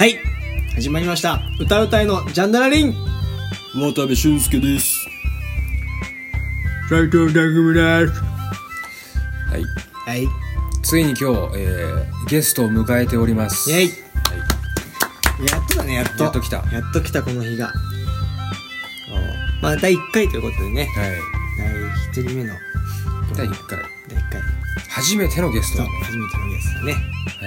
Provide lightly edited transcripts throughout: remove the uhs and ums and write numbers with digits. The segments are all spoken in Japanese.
はい、始まりました。歌うたいのジャンダラリン、 渡部俊介です。 斉藤匠です。 はい、 はい、 ついに今日、ゲストを迎えております。 イェイ、 はい、 やっとだね。やっと来たこの日が。まあ第1回ということでね、 はい、 第1人目の第1回初めてのゲストだね。 初めてのゲストだね。 はい、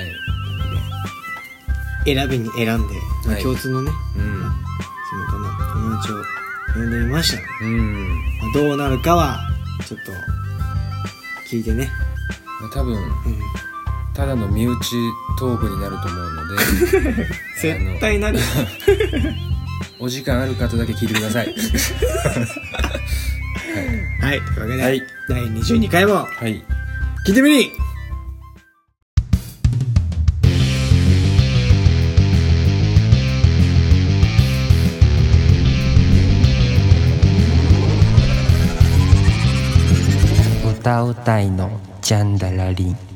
選んで、 はい、 共通のね、地元の友達を呼んでみました。どうなるかはちょっと聞いてね。 多分、ただの身内トークになると思うので絶対なるお時間ある方だけ聞いてくださいはい、というわけで、 はい、 第22回も、 はい、 聞いてみに歌うたいのジャンダラリン。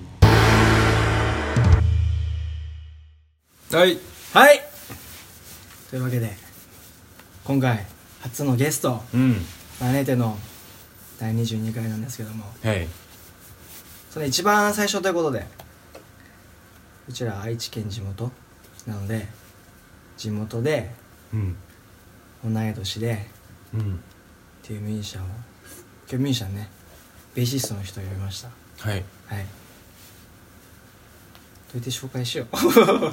はいというわけで今回初のゲスト、招いての第22回なんですけども、 はい、 その一番最初ということで、うちら愛知県地元なので、地元で、同い年で、っていうミュージシャンを、今日ミュージシャンね、ベーシストの人を呼びました。 はい、 どうやって紹介しよう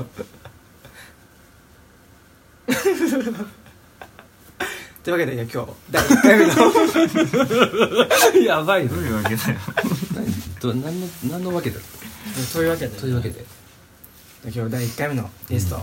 というわけで、今日第1回目のやばい。 どういうわけだよ何のわけだ。 というわけで今日第1回目のゲスト、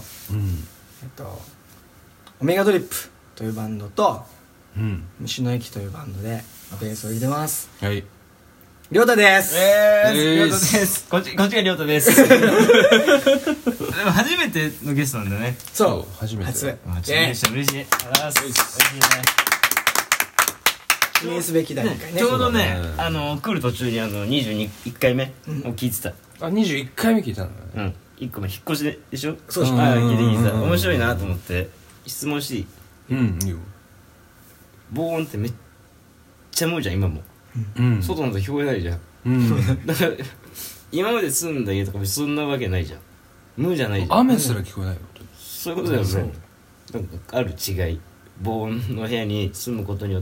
オメガドリップというバンドと、虫の駅というバンドでベースを入れてます。 はい、 りょうたです。 りょうたです。こっちがりょうたですでも初めてのゲストなんだね。 そう、 初めて。 初。 嬉しい。嬉しいね。 記念すべき第1回ね。 ちょうどね、来る途中に21回目を聞いてた。 21回目聞いたんだね。 1個目引っ越しでしょ。 そうでしょ。 聞いてた。面白いなと思って質問していい？ いいよ。 防音ってめっちゃ無じゃん今も。外の音聞こえないじゃん。だから今まで住んだ家とかそんなわけないじゃん。無じゃないじゃん。 雨すら聞こえないよ。 そういうことだよね。なんかある違い、防音の部屋に住むことによって、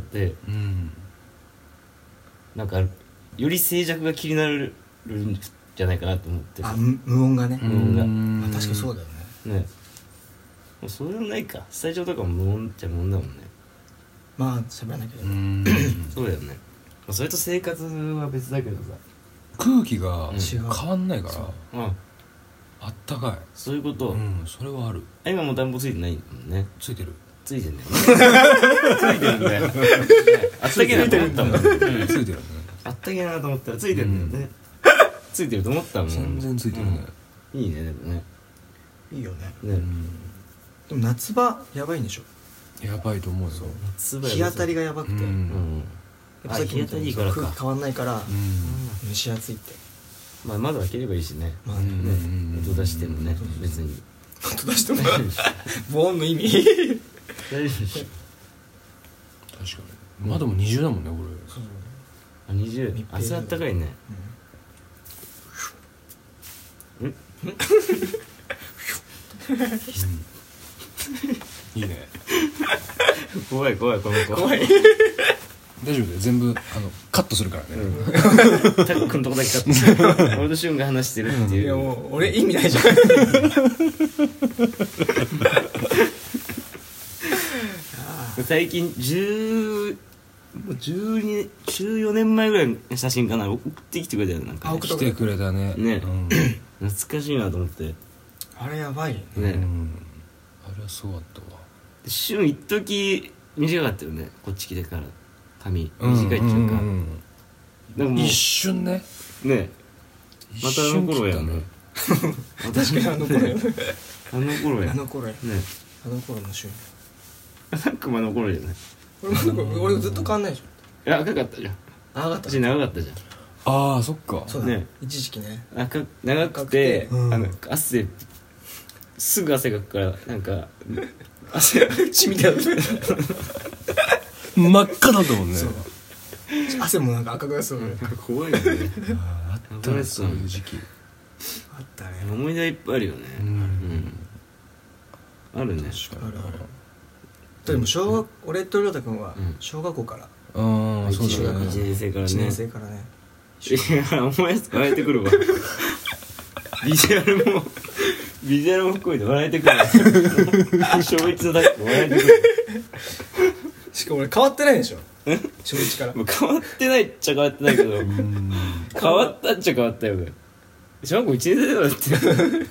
なんかより静寂が気になるんじゃないかなと思って。 無音がね。 無音が。 確かにそうだよね。 ね。もうそれはないか。スタジオとかも無音っちゃ無音だもんね。 まあ喋らなきゃいけない。 そうだよね。それと生活は別だけどさ、 空気が変わんないから、あったかい。 そういうこと。 それはある。 今もう暖房ついてないもんね。 ついてる。 ついてんだよね。ついてるんだよ。あったけなと思ったもん。 ついてるね。 あったけなと思ったらついてるんだよね。ついてると思ったもん。 全然ついてるね。 いいね、でもね。 いいよね。でも夏場やばいんでしょ。 やばいと思うよ。 日当たりがやばくて、 日当たりいいからか。 空気変わんないから蒸し暑いって。 まあ窓開ければいいしね。音出してもね、別に音出しても防音の意味大丈夫でしょ。 確かに窓も20だもんね、これ。20。朝あったかいね。 いいね。 怖いこの子。怖い。 大丈夫だよ、全部カットするからね。 タックのとこだけカットする。俺とシュンが話してるっていう。 いやもう俺意味ないじゃん最近14年前ぐらいの写真かな、送ってきてくれたよ。なんか来てくれたね。 懐かしいなと思って。 あれやばいね。 あれはすごかったわ。 シュン一時短かったよね、こっち来てから髪短いっていうか。 でも一瞬ね。 またあの頃やね。 確かにあの頃や。 あの頃や。 あの頃のシュン。 熊の頃じゃない。 俺ずっと変わんないでしょ。 いや赤かったじゃん。 長かった。 長かったじゃん。 ああ、そっか。 そうだね。一時期ね。 長くて汗すぐ汗かくからなんか汗血みたいな真っ赤だと思うね。 汗もなんか赤くなってたもんね。 怖いよね。 あったね、そういう時期。 あったね。 思い出いっぱいあるよね。あるね。 あるある。でも俺と亮太君は小学校からああ、そうだね。 1年生からね。 1年生からね。 いや、思い出すと笑えてくるわ。ビジュアルも含めて笑えてくるわ。小一のだけ笑えてくる。 しかも俺変わってないでしょ、小一から。 もう変わってないっちゃ変わってないけど、変わったっちゃ変わったよね。小学校1年生だって。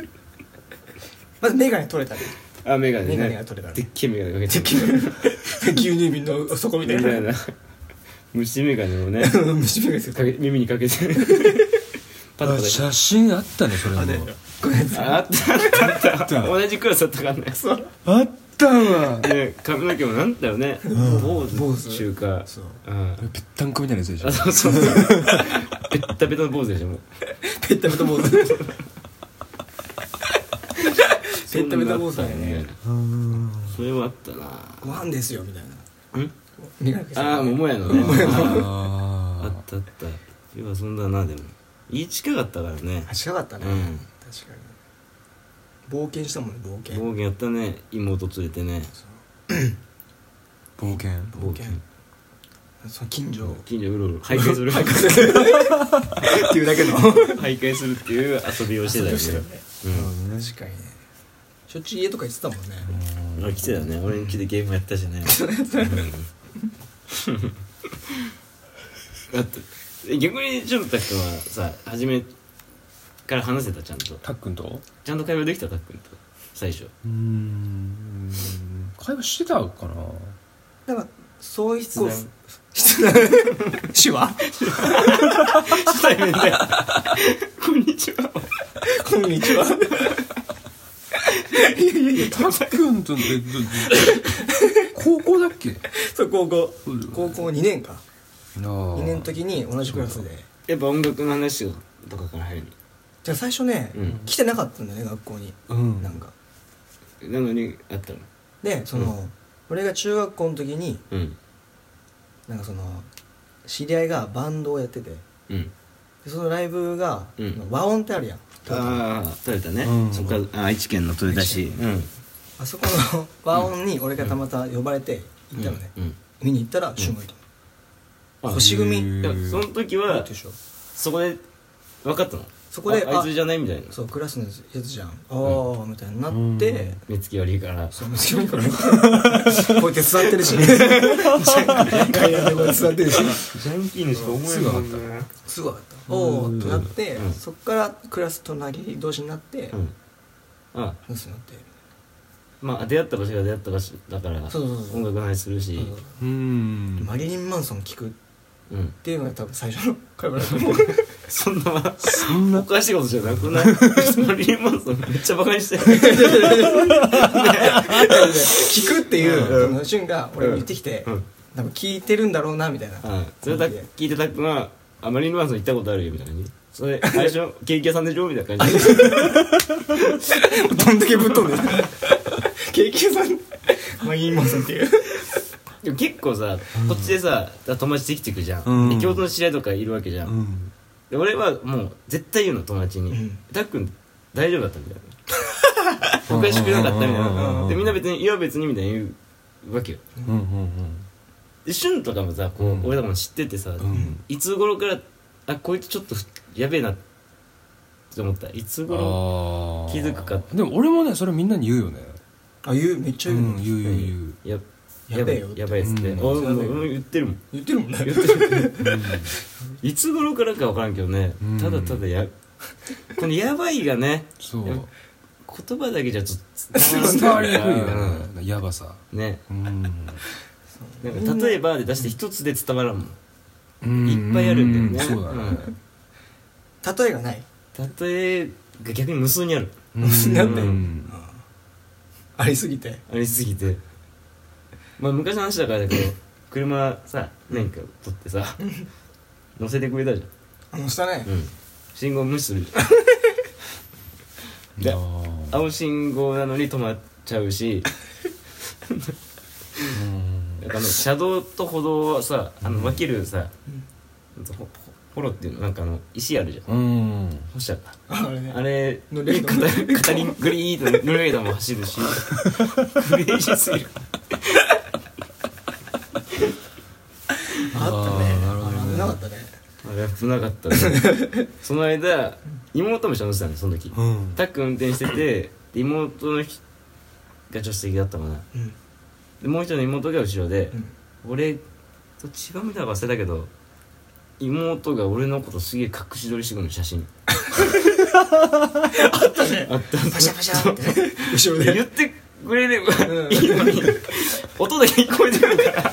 まずメガネ取れたね。 あ、メガネね。 メガネが取れたね。 でっけえメガネかけて。 牛乳瓶の底みたいな。 虫眼鏡をね虫眼鏡耳にかけてパタパタ写真あったね、それも。 あった同じクラスだったからね。 そうあったわ。 で髪の毛もなんだよね、坊主中華、 そうぺったんこみたいなやつでしょ。 あ、そうそうペッタペタの坊主でしょ。もうペッタペタ坊主ペッタペタ坊主だよね。 それはあったな。 ご飯ですよみたいな。 ああ、桃屋のね。 ああったあった。要はそんだな。でも家近かったからね。 近かったね、 うん、 確かに冒険したもんね。冒険やったね。妹連れてね。 冒険その近所うろうろ徘徊するっていうだけの徘徊するっていう遊びをしてたよね。 確かにね。しょっちゅう家とか行ってたもんね。 来てたね。俺ん家でゲームやったしね。だって逆にちょっとたっくんはさ、初めから話せた？ちゃんとたっくんとちゃんと会話できた？たっくんと最初会話してたかな。 なんかそういう手話初対面でこんにちはこんにちは。いやたっくんと高校だっけ？ そう、高校2年か。2年の時に同じクラスで。 やっぱ音楽の話とかから入る。 じゃあ最初ね、来てなかったんだね、学校に。なんかなのにあったので、俺が中学校の時になんか知り合いがバンドをやってて、でそのライブが和音ってあるやん。 ああ、トヨタね。そっから愛知県のトヨタ市。 あそこの和音に俺がたまたま呼ばれて行ったのね。見に行ったらシュンがいたの。星組。 その時はそこで分かったの。 そこであいつじゃないみたいな。 そう、クラスのやつじゃん、ああみたいになって、 目つき悪いから。 そう、目つき悪いからこうやって座ってるし階段でこうやって座ってるし、 ジャンキーにしか思えなかった。 すぐ分かった。おおってなって、そっからクラス隣同士になって話すようになって。 まあ出会った場所が出会った場所だから音楽の話するし、 マリリン・マンソン聞くっていうのが多分最初の会話だと思う。 そんなおかしいことじゃなくない？マリリン・マンソンめっちゃバカにしてる。 聞くっていうの瞬が俺に言ってきて、多分聞いてるんだろうなみたいな。 それだけ聞いてたくんはマリリン・マンソン行ったことあるよみたいな感じ。それ最初ケーキ屋さんでしょみたいな感じ。 どんだけぶっ飛んでる。ケーキ屋さんマリリン・マンソンっていう。 でも結構さ、こっちでさ友達できてくじゃん。で共通の知り合いとかいるわけじゃん。で俺はもう絶対言うの、友達に。たっくん大丈夫だったみたいな。おかしくなかったみたいな。でみんな別にいや別にみたいに言うわけよ。でシュンとかもさ、こう俺とかも知っててさ、いつ頃からこいつちょっとやべえなって思った。いつ頃気づくか。 でも俺もね、それみんなに言うよね。 あ、言う、めっちゃ言うの。 言う。 やべえよ、 やばいっつって。言ってるもん。 言ってるもんね。 いつ頃からか分からんけどね、ただただこのやばいがね、 そう言葉だけじゃちょっと伝わりにくいよね、やばさね。なんか例えばで出して一つで伝わらんもん。いっぱいあるんだよね。 そうだね。 例えがない。 例えが逆に無数にある。 無数にあってありすぎて。まあ昔の話だからだけど、車さ何か取ってさ乗せてくれたじゃん。 したね。 信号無視するじゃん。 青信号なのに止まっちゃうし車道と歩道はさ分けるさ、ホロっていうのなんか石あるじゃん、干しちゃったあれ乗れる片輪グリーンと乗れる間も走るしクレイジーすぎるあったね。なかったね。 あれ危なかったねその間妹も一緒に乗ってたんでその時、タック運転しててで妹の人が助手席だったかな、でもう一人の妹が後ろで、俺と違うみたいなの忘れたけど妹が俺のことすげえ隠し撮りしてくるの写真あったね。あったパシャパシャって後ろで言ってくれればいいのに音だけ聞こえてくるから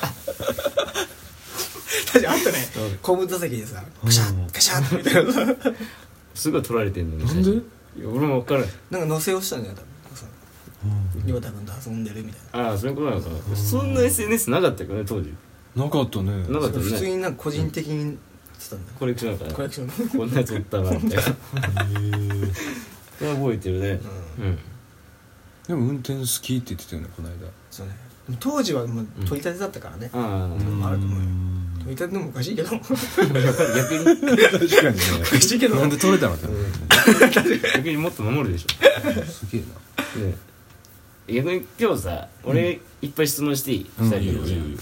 確かにあったね。後部座席でさカシャッカシャッみたいなすごい撮られてんのになんで？ いや俺も分からないなんか載せようしたんだよ多分岩田君と遊んでるみたいな。 ああそういうことなのかな、そんな SNS なかったからね当時なかったね。 なかったよ普通ね。 になんか個人的に言ってたんだよ。 コレクションだからコレクションこんなやつおったなみたいなそれは覚えてるねでも運転好きって言ってたよねこの間。 そうね。でも当時はもう取り立てだったからね。 あああると思うよ。取り立てのもおかしいけど逆に確かにね。 おかしいけどなんで取れたのって。 逆にもっと守るでしょすげえな。 ね逆に今日さ俺いっぱい質問していい2人でいいよいいよいいよ。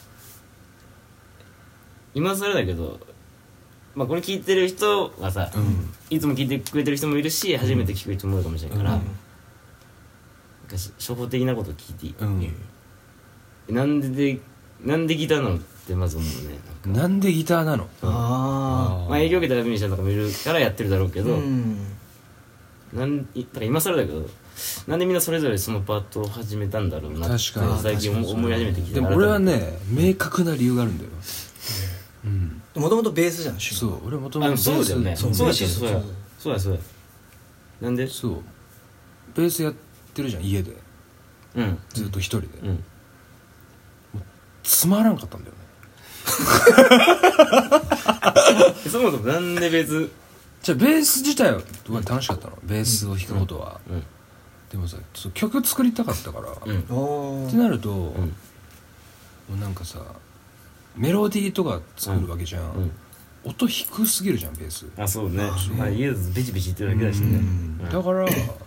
今更だけどまあこれ聞いてる人はさいつも聞いてくれてる人もいるし初めて聞く人もいるかもしれないからなんか初歩的なこと聞いていい？なんでギターなのってまず思うね。 なんでギターなの？ あまあ営業受けたミュージシャンとかもいるからやってるだろうけあどだから今更だけどなんでみんなそれぞれそのパートを始めたんだろうなって確かに最近思い始めてきてでも俺はね明確な理由があるんだよ。 もともとベースじゃん。 そう俺もともとベース。 そうだよねそうそうだそうそうだなんでそうベースやってるじゃん家でうんずっと一人で、 うんつまらんかったんだよね。 そもそもなんで別じゃあベース自体は楽しかったの、ベースを弾くことは、でもさそう曲作りたかったから、ってなると、もうなんかさメロディーとか作るわけじゃん、音低すぎるじゃんベース。 あそうねまあ家だとベチベチ言ってるだけだしねだから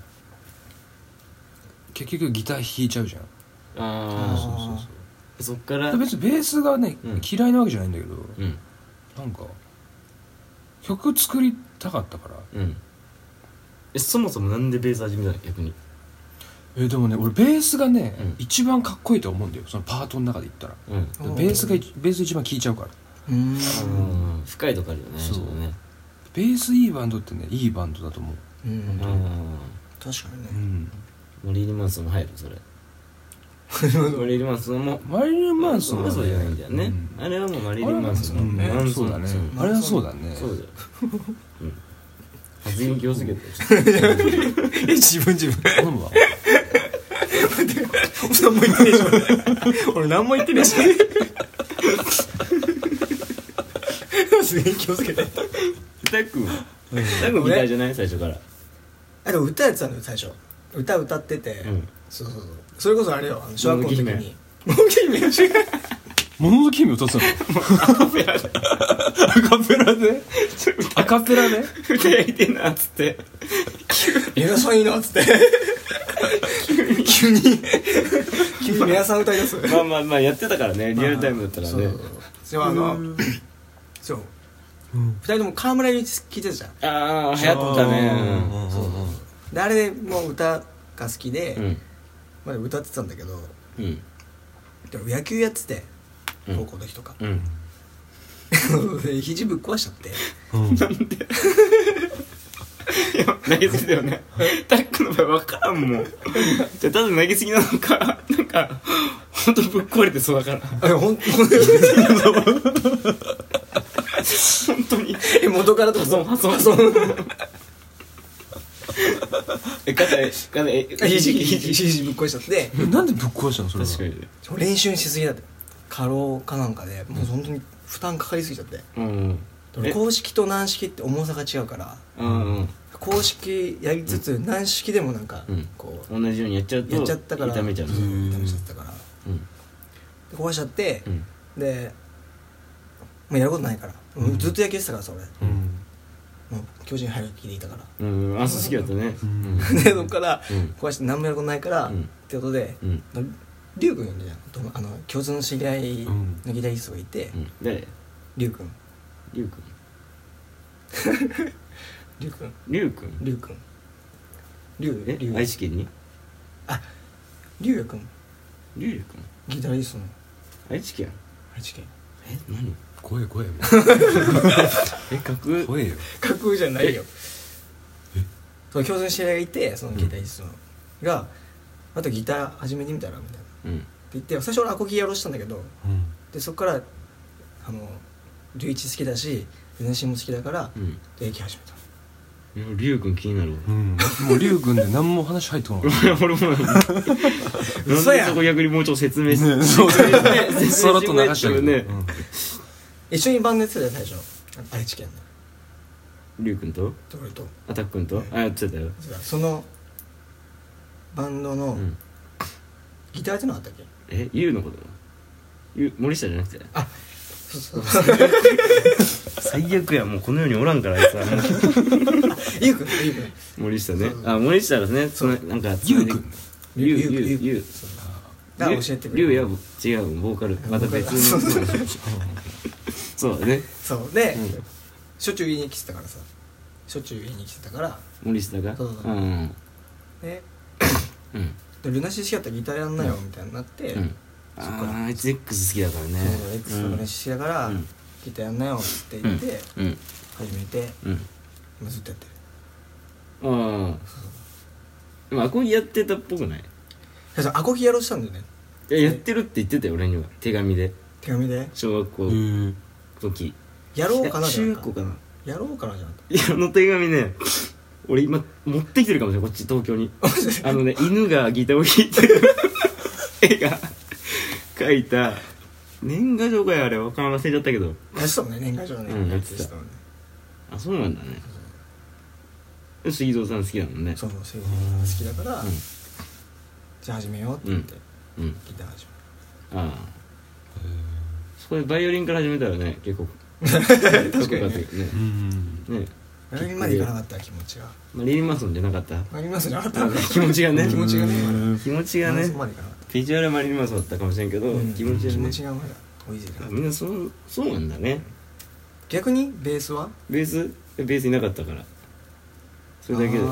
結局ギター弾いちゃうじゃん。 あそうそうそうそっから別にベースがね、嫌いなわけじゃないんだけど、なんか曲作りたかったから、 そもそもなんでベース始めたの逆に。 でもね俺ベースがね、一番かっこいいと思うんだよそのパートの中で言ったら、ベース一番聴いちゃうから。 深いとこあるよね。 そうねベースいいバンドってねいいバンドだと思う。 確かにね。 マリリン・マンソンも入るそれ。マリリン・マンソンもマリリン・マンソンはそうじゃないんだよね。あれはもうマリリン・マンソン。 そうだね。あれはそうだね。 そうだよ。発言気をつけて。 自分頼むわ。 何も言ってねえし俺何も言ってねえしすげえ気をつけて。 たっくんギターじゃない最初から。 でも歌やってたんだよ最初。歌ってて、そうそれこそあれよ小学校の時にもののけ姫歌ってたの。アカペラでアカペラで歌やりてんなっつって皆さんいいなっつって急に皆さん歌い出す。 まあやってたからねリアルタイムだったらね。 そう2人とも河村隆一聴いてたじゃん。 ああ流行ったね。 であれでもう歌が好きで歌ってたんだけどでも野球やってて高校の時とか肘ぶっ壊しちゃってなんでいや投げすぎだよね。タックの場合分からんもん。じゃあただ投げすぎなのかなんかほんとぶっ壊れてそうだから本当に元からとか破損肘ぶっ壊しちゃってなんでぶっ壊したのそれは。 確かに練習しすぎだって過労かなんかでもう本当に負担かかりすぎちゃって公式と軟式って重さが違うから、公式やりつつ軟式でもなんかこう同じようにやっちゃったから痛めちゃったからで壊しちゃって、でもうやることないから、ずっと野球してたからさ俺、もう巨人入る気でいたから、 あ、そう好きだったね。 でそっから壊して何もやることないから、ってことでリュウ君呼んでじゃん、共通の知り合いのギタリストがいて、 誰？ リュウ君リュウ君リュウ君リュウ君リュウ君リュウ愛知県に？ あ、リュウヤ君リュウヤ君ギタリストの愛知県？ 愛知県何？ 声架空？ 声よ架空じゃないよ。その共通の知り合いがいて、そのギタリストのがあとギター始めてみたらみたいなって言って、最初俺アコギやろうとしたんだけど、でそっから龍一好きだしルナシーも好きだからで駅始めた。 リュウ君気になるわ。 もうリュウ君で何も話入ってこない俺もなんでそこ逆にもうちょっと説明してそうさらっと流したけどね。 一緒にバンドやってたよ最初、愛知県のリュウ君と俺とアタック君とやってたよ。 そのバンドのギターってのあったっけ？ ユウのこと森下じゃなくて？あ、 そう最悪や、もうこの世におらんからあいつはユウ君森下ね。あ、森下がね、そのなんかユウ君ユウが教えてくれる。 リュウや違うボーカルまた別のそうだね。 そうでしょっちゅう家に来てたからさ、しょっちゅう家に来てたから森下がでルナシー好きだったらギターやんなよみたいになって、 あいつ X 好きだからね。 そう X とルナシー好きだからギターやんなよって言って始めて今ずっとやってる。 でもアコギやってたっぽくない？ アコギやろうとしたんだよね。 やってるって言ってたよ俺には。手紙で小学校時やろうかなじゃな中学校かなやろうかなじゃな手紙ね、俺今持ってきてるかもしれない、こっち東京に犬がギターを弾いてる絵が描いた年賀状かやあれ分からん忘れちゃったけどやってたもんね、年賀状ね。 やってた。あ、そうなんだね。杉蔵さん好きだもんね。 そう杉蔵さん好きだからじゃあ始めようって言ってギター始める。 そこでバイオリンから始めたらね、結構確かにね。バイオリンまでいかなかった気持ちが。 リリマソンじゃなかった。 マリリマソンじゃなかった。 気持ちがね。 気持ちがね。 ビジュアルマリリマソンだったかもしれんけど、気持ちがまだ追いついてない。 みんなそうなんだね。 逆にベースは？ ベースいなかったから。それだけで。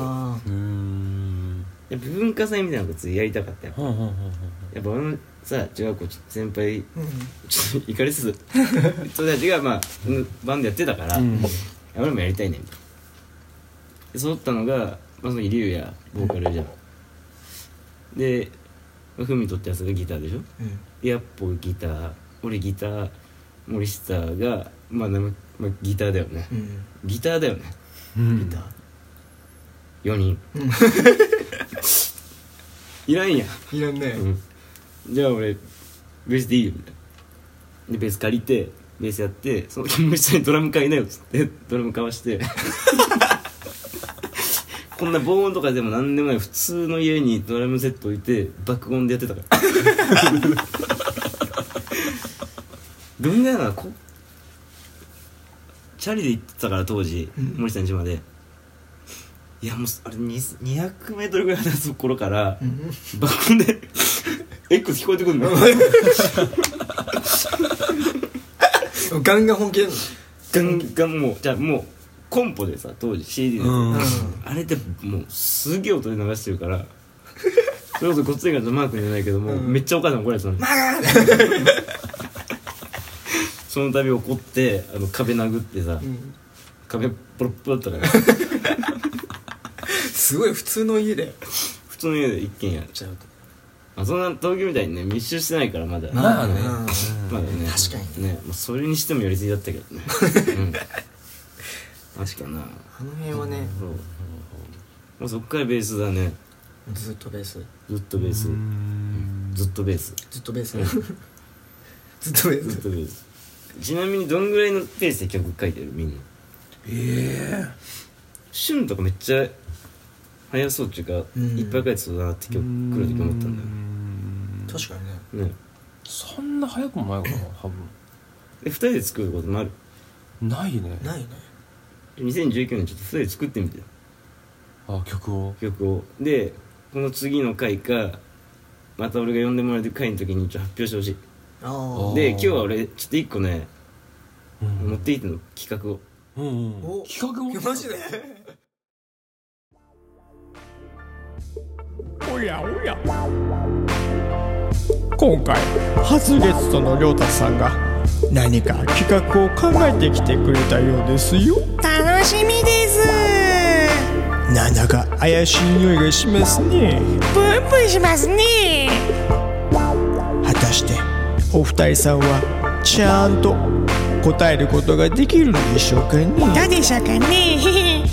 文化祭みたいなことやりたかったよ。やっぱ俺のさ、中学校先輩ちょっと怒りつつ人たちがバンドやってたから俺もやりたいねんと揃ったのがその時リュウやボーカルじゃん。でフミトってやつがギターでしょ。ヤッポギター、俺ギター、森下がギターだよね。ギターだよね。ギター4人いらんやいらんね。 じゃあ俺ベースでいいよみたいな。でベース借りてベースやって、その時も下にドラム買いなよっつってドラム買わしてこんな防音とかでもなんでもない普通の家にドラムセット置いて爆音でやってたからどんぐらいなのチャリで行ってたから当時、森下の家まで。いやもうあれ200メートルぐらいのところから爆音でX 聞こえてくるのガンガン本気でガンガンもうじゃあもうコンポでさ当時 CD であれでもうすげえ音で流してるからそれこそごっつい感じのマークじゃないけどもめっちゃお母さん怒られてたの。その度怒って壁殴ってさ壁ポロッポロだったからすごい普通の家で普通の家で一軒家ちゃうと。そんな東京みたいにね密集してないからまだまだね確かにね、それにしてもやりすぎだったけどね確かなあの辺はね。 もうそっからベースだね。 ずっとベースずっとベースずっとベースずっとベースずっとベースずっとベースちなみにどんぐらいのペースで曲書いてるみんな。旬とかめっちゃ早そうっていうか、いっぱい書いてそうだなって今日来る時思ったんだよ。 確かにね。 そんな早くもないかな多分。 2人で作ることもある？ ないね。 ないね。 2019年ちょっと2人で作ってみてよ。 あ、曲をでこの次の回かまた俺が呼んでもらえる回の時にちょっと発表してほしい。で今日は俺ちょっと1個ね、持っていっての企画を。 企画もマジで？ おやおや、今回初ゲストのりょうたさんが何か企画を考えてきてくれたようですよ。 楽しみです。 なんだか怪しい匂いがしますね。 プンプンしますね。 果たしてお二人さんはちゃんと答えることができるのでしょうかね。 どうでしょうかね。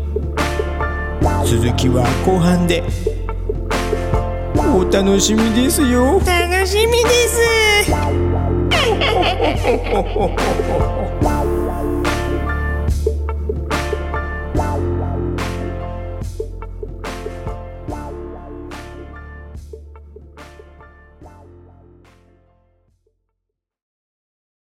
続きは後半でお楽しみですよ。 楽しみです。